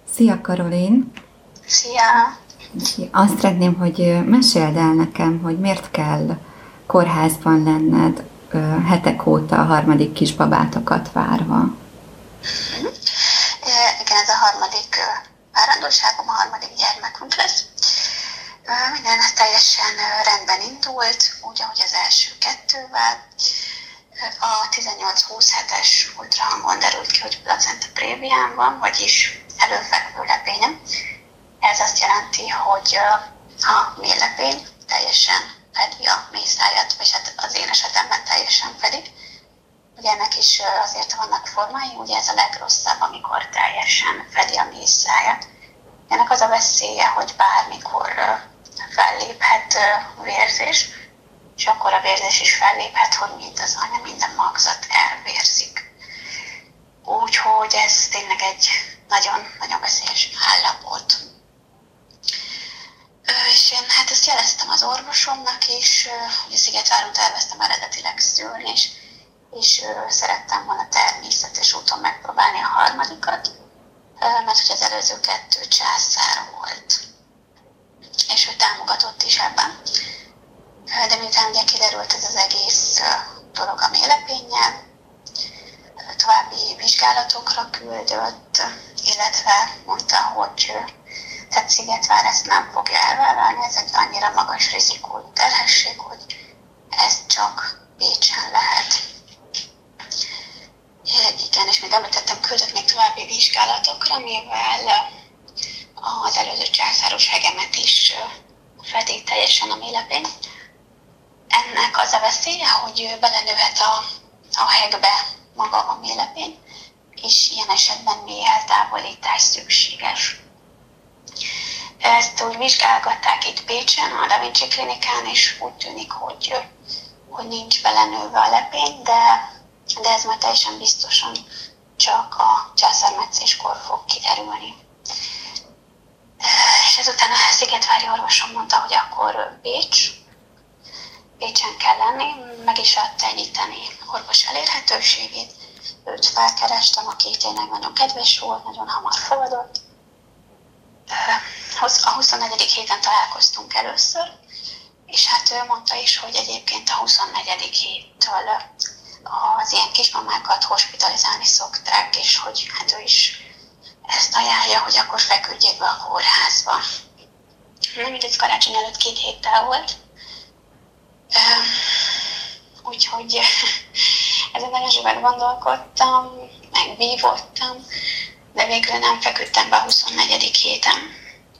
Szia, Karolin! Szia! Azt szeretném, hogy meséld el nekem, hogy miért kell kórházban lenned hetek óta a harmadik kisbabátokat várva. Igen, ez a harmadik várandóságom, a harmadik gyermekünk lesz. Minden teljesen rendben indult, úgy, ahogy az első kettővel. A 18-20 hetes ultrahangon derült ki, hogy placenta prévián van, vagyis előfekvő lepényem. Ez azt jelenti, hogy a méhlepény teljesen fedi a méhszájat, vagy hát az én esetemben teljesen fedi. Ugye ennek is azért vannak formái, ugye ez a legrosszabb, amikor teljesen fedi a méhszájat. Ennek az a veszélye, hogy bármikor felléphet vérzés, és akkor a vérzés is felléphet, hogy mint az anya, minden magzat elvérzik. Úgyhogy ez tényleg egy nagyon-nagyon veszélyes állapot. És én hát ezt jeleztem az orvosomnak is, hogy a Szigetváron terveztem eredetileg szülni, és szerettem volna természetes úton megpróbálni a harmadikat, mert hogy az előző kettő császár volt, és ő támogatott is ebben. De miután ugye kiderült ez az egész dolog a méhlepénnyel, további vizsgálatokra küldött, illetve mondta, hogy tehát Szigetvár ezt nem fogja elvállalni, ez egy annyira magas rizikójú terhesség, hogy ez csak Pécsen lehet. Igen, és még említettem, küldött még további vizsgálatokra, mivel az előző császáros hegemet is fedi teljesen a méhlepény. Ennek az a veszélye, hogy belenőhet a hegbe maga a méhlepény, és ilyen esetben méheltávolítás szükséges. Ezt úgy vizsgálgatták itt Pécsen, a Da Vinci klinikán, és úgy tűnik, hogy nincs belenőve a lepény, de ez már teljesen biztosan csak a császármetszéskor fog kiderülni. És ezután a szigetvári orvosom mondta, hogy akkor Pécsen kell lenni, meg is adta enyhíteni orvos elérhetőségét. Őt felkerestem, aki tényleg nagyon kedves volt, nagyon hamar fogadott. A 24. héten találkoztunk először, és hát ő mondta is, hogy egyébként a 24. héttől az ilyen kismamákat hospitalizálni szokták, és hogy hát ő is ezt ajánlja, hogy akkor feküdjék be a kórházba. Nem mindegy, karácsony előtt 2 héttel volt. Úgyhogy ezen nagyon sokat gondolkodtam, megvívottam, de végül nem feküdtem be a 24. héten,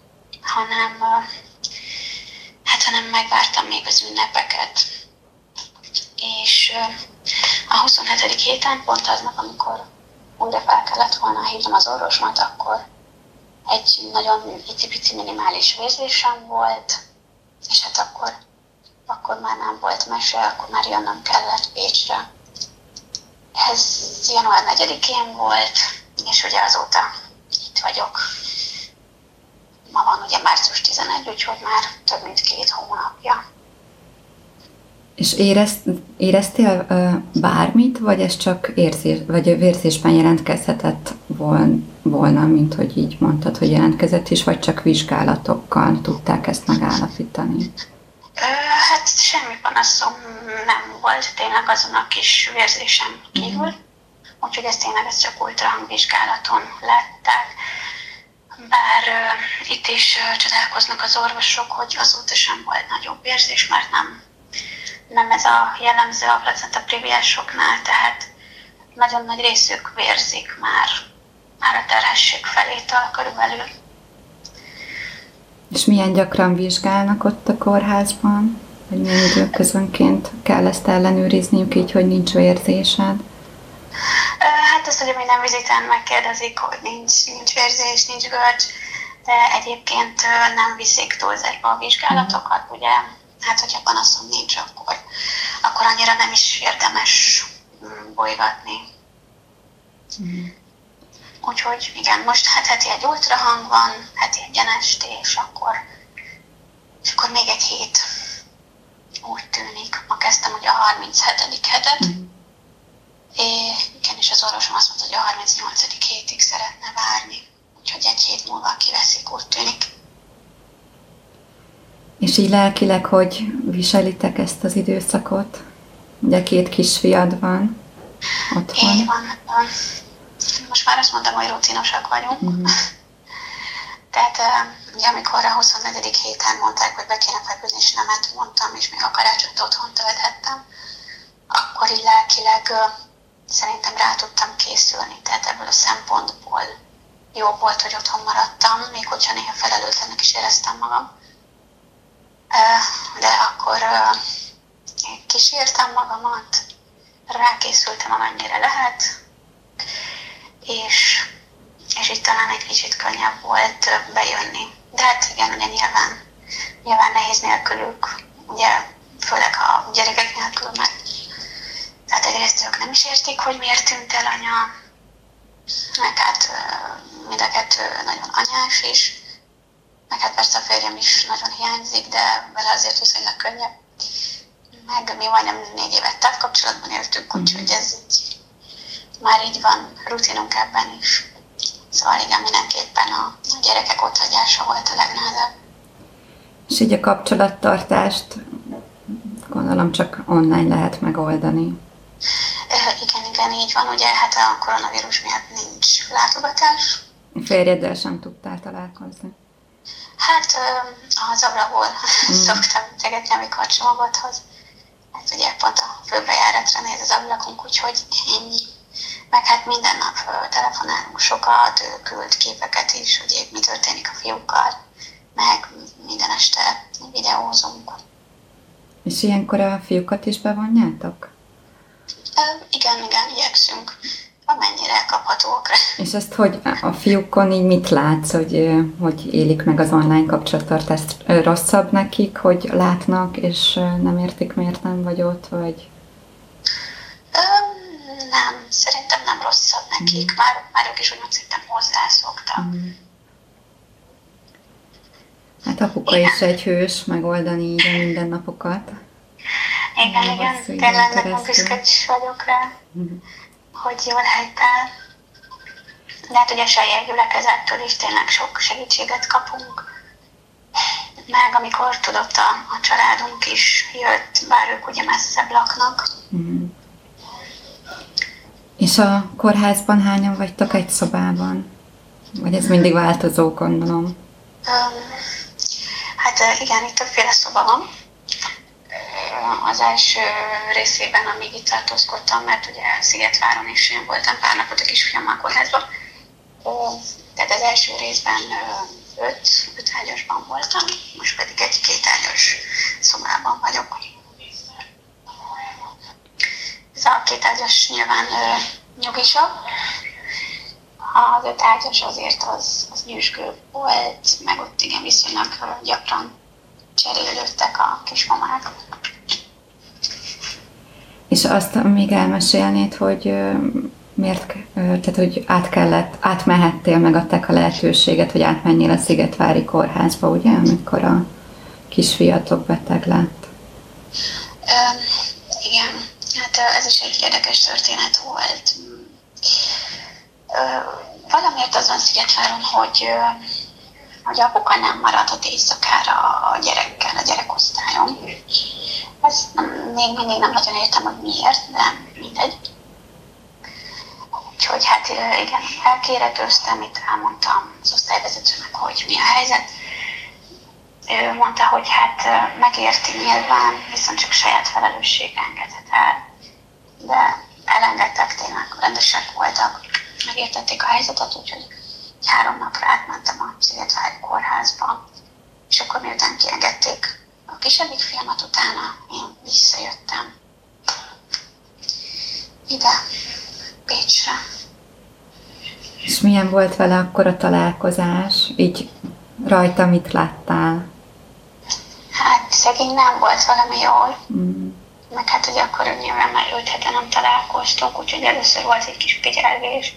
hanem megvártam még az ünnepeket. És a 27. héten, pont aznap, amikor újra fel kellett volna hívnom az orvosomat, akkor egy nagyon icipici minimális vérzésem volt, és hát akkor már nem volt mese, akkor már jönnöm kellett Pécsre. Ez január 4-én volt, és ugye azóta itt vagyok. Ma van ugye március 11, úgyhogy már több mint 2 hónapja. És éreztél bármit, vagy ez csak vagy vérzésben jelentkezhetett volna, mint hogy így mondtad, hogy jelentkezett is, vagy csak vizsgálatokkal tudták ezt megállapítani? Hát semmi panaszom nem volt, tényleg azon a kis vérzésem kívül, úgyhogy ez csak ultrahangvizsgálaton látták. Bár itt is csodálkoznak az orvosok, hogy azóta sem volt nagyobb vérzés, mert nem ez a jellemző a placenta préviásoknál, tehát nagyon nagy részük vérzik már a terhesség felétől körülbelül. És milyen gyakran vizsgálnak ott a kórházban? Vagy milyen időközönként kell ezt ellenőrizniük így, hogy nincs vérzésed? Hát azt, hogy minden vizitán megkérdezik, hogy nincs vérzés, nincs görcs, de egyébként nem viszik túlzásba a vizsgálatokat, ugye? Hát, hogyha panaszom nincs, akkor annyira nem is érdemes bolygatni. Úgyhogy igen, most hát heti egy ultrahang van, heti egy NST, és akkor még egy hét, úgy tűnik. Ma kezdtem ugye a 37. hetet, igen, és az orvosom azt mondta, hogy a 38. hétig szeretne várni. Úgyhogy egy hét És így lelkileg, hogy viselitek ezt az időszakot? Ugye 2 kisfiad van otthon. Így van. Most már azt mondtam, hogy rutinosak vagyunk. Tehát ugye amikor a 24. héten mondták, hogy be kéne feküdni, és nemet mondtam, és még a karácsonyt otthon tölthettem, akkor így lelkileg szerintem rá tudtam készülni. Tehát ebből a szempontból jó volt, hogy otthon maradtam, még hogyha néha felelőtlennek is éreztem magam. De akkor kísértem magamat, rákészültem, amennyire lehet, és így talán egy kicsit könnyebb volt bejönni. De hát igen, ugye nyilván nehéz nélkülük, ugye főleg a gyerekek nélkül, mert tehát egyrészt ők nem is értik, hogy miért tűnt el anya, meg hát mind a kettő nagyon anyás is, meg hát persze a férjem is nagyon hiányzik, de vele azért viszonylag könnyebb. Meg mi majdnem 4 évet távkapcsolatban éltünk, úgyhogy ez így, már így van rutinunk ebben is. Szóval igen, mindenképpen a gyerekek otthagyása volt a legnehezebb. És így a kapcsolattartást gondolom csak online lehet megoldani. Igen, így van. Ugye hát a koronavírus miatt nincs látogatás. A férjeddel sem tudtál találkozni? Hát az ablakból szoktam tegetni, amikor csomagot hoz. Hát ugye pont a főbejáratra néz az ablakunk, úgyhogy ennyi. Meg hát minden nap telefonálunk sokat, ő küld képeket is, hogy mi történik a fiúkkal, meg minden este videózunk. És ilyenkor a fiúkat is bevonjátok? Igen, igyekszünk, amennyire kaphatóak rá. És ezt hogy a fiúkon így mit látsz, hogy élik meg az online kapcsolattartást? Rosszabb nekik, hogy látnak, és nem értik, miért nem vagy ott, vagy? Nem, szerintem nem rosszabb nekik, már ők is úgymond szerintem hozzászoktak. Hát apuka is egy hős megoldani így a mindennapokat. Igen, tényleg nagyon büszke is vagyok rá, hogy jól helytál. De hát ugye Sejjel gyülekezettől is tényleg sok segítséget kapunk. Meg amikor tudott a családunk is jött, bár ők ugye messzebb laknak. És a kórházban hányan vagytok egy szobában? Vagy ez mindig változó, gondolom? Hát igen, itt többféle szoba van. Az első részében, amíg itt tartózkodtam, mert ugye Szigetváron is én voltam pár napot a kisfiammal kórházban. Tehát az első részben 5 ágyasban voltam, most pedig egy 2 ágyas szobában vagyok. Ez a 2 ágyas nyilván nyugisabb. Az 5 ágyas azért az nyüzsgő volt, meg ott igen viszonylag gyakran cserélődtek a kismamák. És azt még elmesélnéd, hogy miért, tehát hogy átmehettél, megadták a lehetőséget, hogy átmenjél a Szigetvári kórházba, ugye, amikor a kisfiatok beteg lett? Igen, hát ez is egy érdekes történet volt. Valamiért az van Szigetváron, hogy apuka nem maradhat éjszakára a gyerekkel, a gyerekosztályon. Ezt még mindig nem nagyon értem, hogy miért, de mindegy. Úgyhogy hát igen, elkéretőztem, itt elmondtam az osztályvezetőnek, hogy mi a helyzet. Ő mondta, hogy hát megérti nyilván, viszont csak saját felelősségre engedhet el. De elengedtek, tényleg rendesek voltak, megértették a helyzetet, úgyhogy 3 napra átmentem a Szigetvári kórházba, és akkor miután kiengedték a kisebbik fiamat, utána én visszajöttem ide, Pécsre. És milyen volt vele akkor a találkozás? Így rajta mit láttál? Hát szegény nem volt valami jól. Meg hát ugye akkor nyilván már 5 hete nem találkoztunk, úgyhogy először volt egy kis figyelgés.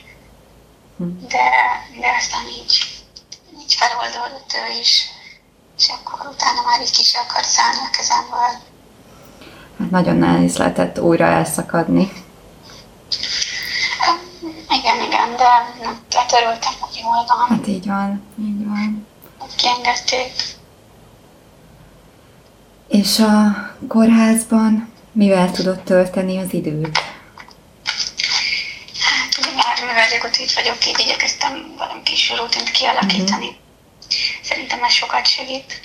De aztán így feloldódott ő is, és akkor utána már így ki se akart szállni a kezemből. Hát nagyon nehéz lehetett újra elszakadni. Igen, de hát örültem, hogy jól van. Hát így van. Hogy kiengedték. És a kórházban mivel tudod tölteni az időt? Hát, mivel régóta itt vagyok, így igyekeztem valami kis rutint kialakítani. Szerintem ez sokat segít.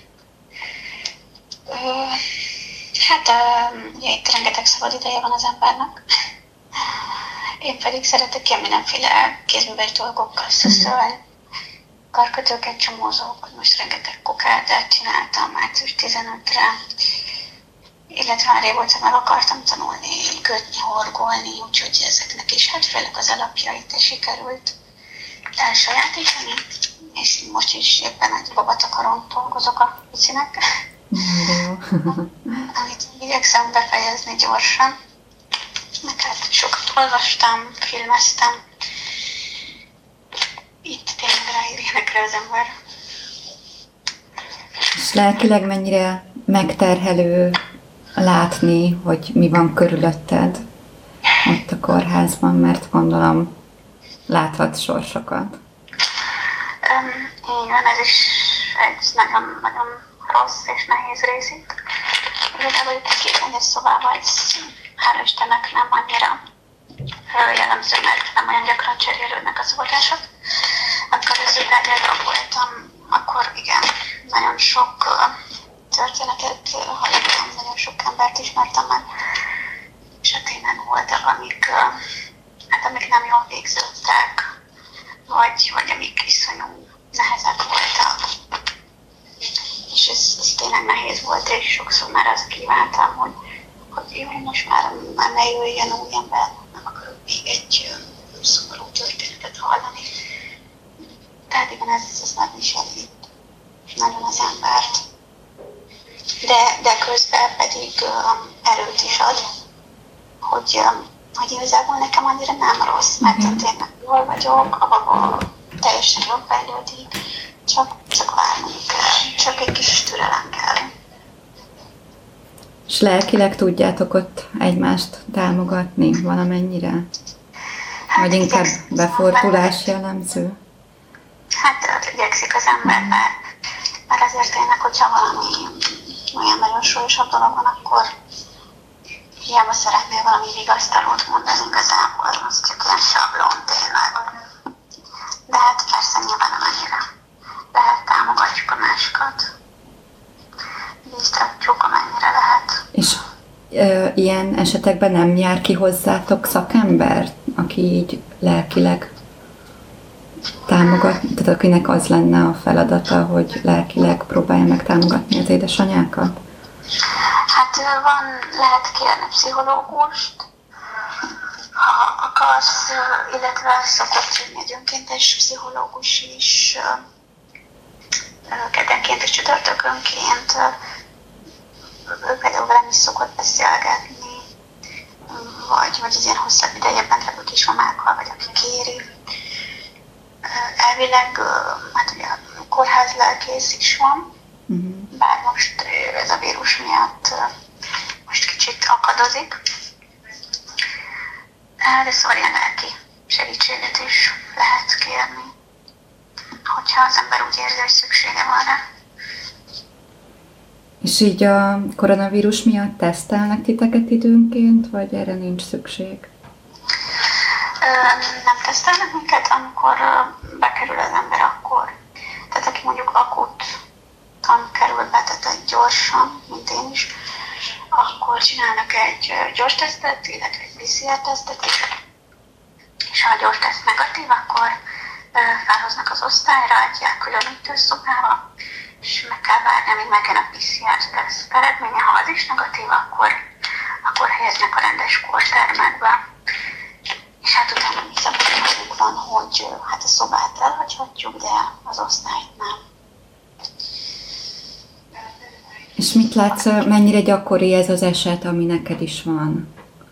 Ugye itt rengeteg szabad ideje van az embernek. Én pedig szeretek ilyen mindenféle kézműves dolgokkal szöszölni. Karkötőket csomózok, most rengeteg kokárdát csináltam március 15-re. Illetve már régóta meg akartam tanulni, kötni, horgolni, úgyhogy ezeknek is hát főleg az alapjait sikerült elsajátítani. És most is éppen egy babatakaron dolgozok a picinek. Amit igyekszem befejezni gyorsan. Meg hát sokat olvastam, filmeztem. Itt tényleg ráír ilyenekre az ember. És lelkileg mennyire megterhelő látni, hogy mi van körülötted ott a kórházban, mert gondolom láthat sorsokat. Így van, ez is egy nagyon-nagyon rossz és nehéz rész itt. Igazából itt a kétlengyes szobában, ez hála Istennek nem annyira jellemző, mert nem olyan gyakran cserélődnek a szobadások. Amikor az üvegjelben voltam, akkor igen, nagyon sok történetet hallottam, nagyon sok embert ismertem meg, és tényleg voltak, amik nem jól végződtek, vagy amik iszonyú nehezek voltak. És ez tényleg nehéz volt, és sokszor már azt kívántam, hogy jó, most már ne jöjjön új ember, nem akarok még egy szomorú történetet hallani. Tehát igen, ez nagyon segít nagyon az embert. De közben pedig erőt is ad, hogy igazából nekem annyira nem rossz, mert én tényleg jól vagyok, a baba teljesen jól fejlődik, csak várni kell, csak egy kis türelem kell. És lelkileg tudjátok ott egymást támogatni valamennyire? Hát, vagy inkább befordulás jellemző? Hát igyekszik az ember, mert azért tényleg, hogyha valami olyan nagyon súlyosabb dolog van, akkor hiába szeretnél valami vigasztalót mondani igazából, az csak olyan sablon tényleg. De hát persze nyilván nem annyira. Lehet támogatjuk a másikat. Bíztatjuk, amennyire lehet. És ilyen esetekben nem jár ki hozzátok szakember, aki így lelkileg támogat, tehát akinek az lenne a feladata, hogy lelkileg próbálja meg támogatni az édesanyákat? Hát lehet kérni pszichológust, ha akarsz, illetve szokott jönni egy önkéntes pszichológus is, keddenként és csütörtökönként. Ő például velem is szokott beszélgetni, vagy az ilyen hosszabb idejében levő kismamákkal, vagy aki kéri. Elvileg, hát ugye a kórház lelkész is van, bár most ez a vírus miatt most kicsit akadozik. De szóval ilyen lelki segítséget is lehet kérni, hogyha az ember úgy érzi, hogy szüksége van rá. És így a koronavírus miatt tesztelnek titeket időnként, vagy erre nincs szükség? Nem tesztelnek minket, amikor bekerül az ember akkor. Tehát aki mondjuk akuttan kerül be, tehát gyorsan, mint én is, akkor csinálnak egy gyors tesztet, illetve egy PCR-tesztet is. És ha a gyors teszt negatív, akkor felhoznak az osztályra egy elkülönítő szobába, és meg kell várni, amíg megjön a PCR-teszt eredménye. Ha az is negatív, akkor helyeznek a rendes kórtermekbe. És hát utána mi szabadságunk van, hogy hát a szobát elhagyhatjuk, de az osztályt nem. És mit látsz, mennyire gyakori ez az eset, ami neked is van?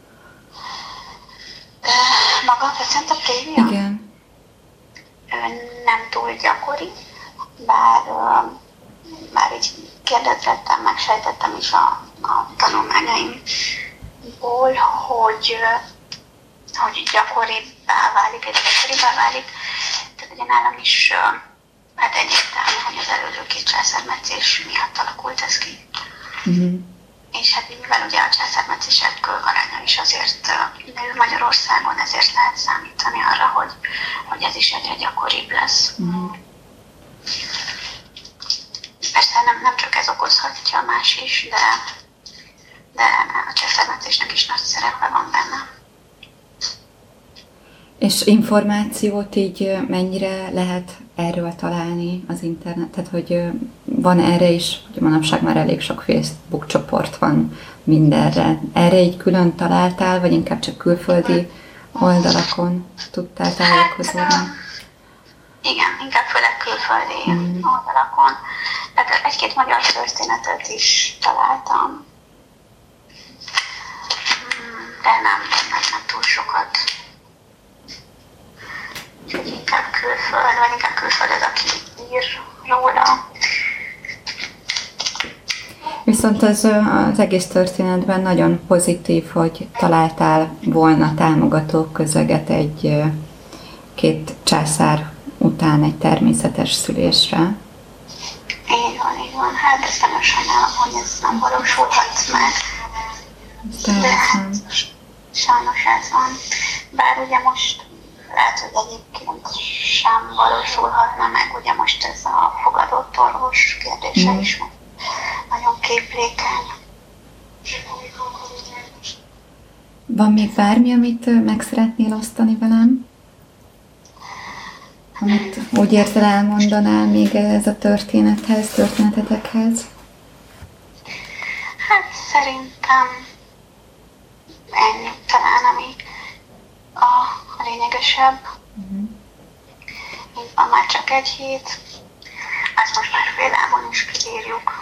Maga a placenta-prévia? Igen. Nem túl gyakori, bár így kérdezgettem, megsejtettem is a tanulmányaimból, hogy gyakoribbá válik, illetve gyakoribbá válik. Tehát ugye nálam is hát egyértelmű, hogy az előző 2 császármetszés miatt alakult ez ki. És hát mivel ugye a császármetszések aránya is azért nő Magyarországon, ezért lehet számítani arra, hogy ez is egyre gyakoribb lesz. Persze nem csak ez okozhatja, más is, de a császármetszésnek is nagy szerepe van benne. És információt így mennyire lehet erről találni az internet? Tehát, hogy van erre is, hogy manapság már elég sok Facebook csoport van mindenre. Erre így külön találtál, vagy inkább csak külföldi oldalakon tudtál tájékozódni? Hát, igen, inkább főleg külföldi oldalakon. Tehát egy-két magyar történetet is találtam, de nem túl sokat. Úgyhogy inkább külföld az, aki ír róla. Viszont az egész történetben nagyon pozitív, hogy találtál volna támogató közeget két császár után egy természetes szülésre. Így van. Hát ezt nagyon sajnálom, hogy ez nem valósulhat meg. De hát, sajnos ez van. Bár ugye most lehet, hogy egyébként sem valósulhatna meg, ugye most ez a fogadott orvos kérdése is nagyon képlékeny. Van még bármi, amit meg szeretnél osztani velem? Amit úgy érzel elmondanál még ez a történetetekhez? Hát szerintem ennyi talán, ami a lényegesebb. Így van már csak egy hét, ezt most már félában is kibírjuk.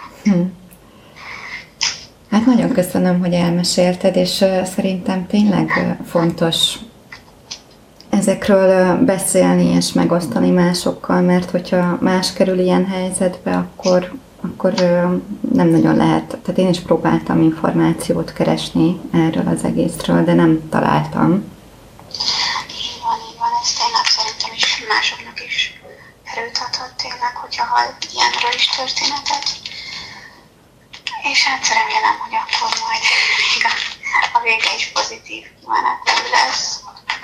Hát nagyon köszönöm, hogy elmesélted, és szerintem tényleg fontos ezekről beszélni és megosztani másokkal, mert hogyha más kerül ilyen helyzetbe, akkor nem nagyon lehet. Tehát én is próbáltam információt keresni erről az egészről, de nem találtam. Így van, ez tényleg szerintem is másoknak is erőt adhat tényleg, hogyha hall ilyenről is történetet. És hát remélem, hogy akkor majd a vége is pozitív kimenetű lesz.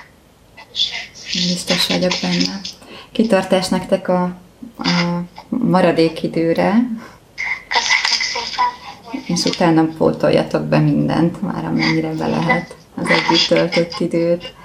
Biztos vagyok benne. Kitartás nektek a maradék időre. Köszönjük szépen. És utána pótoljatok be mindent, már amennyire be lehet az együtt töltött időt.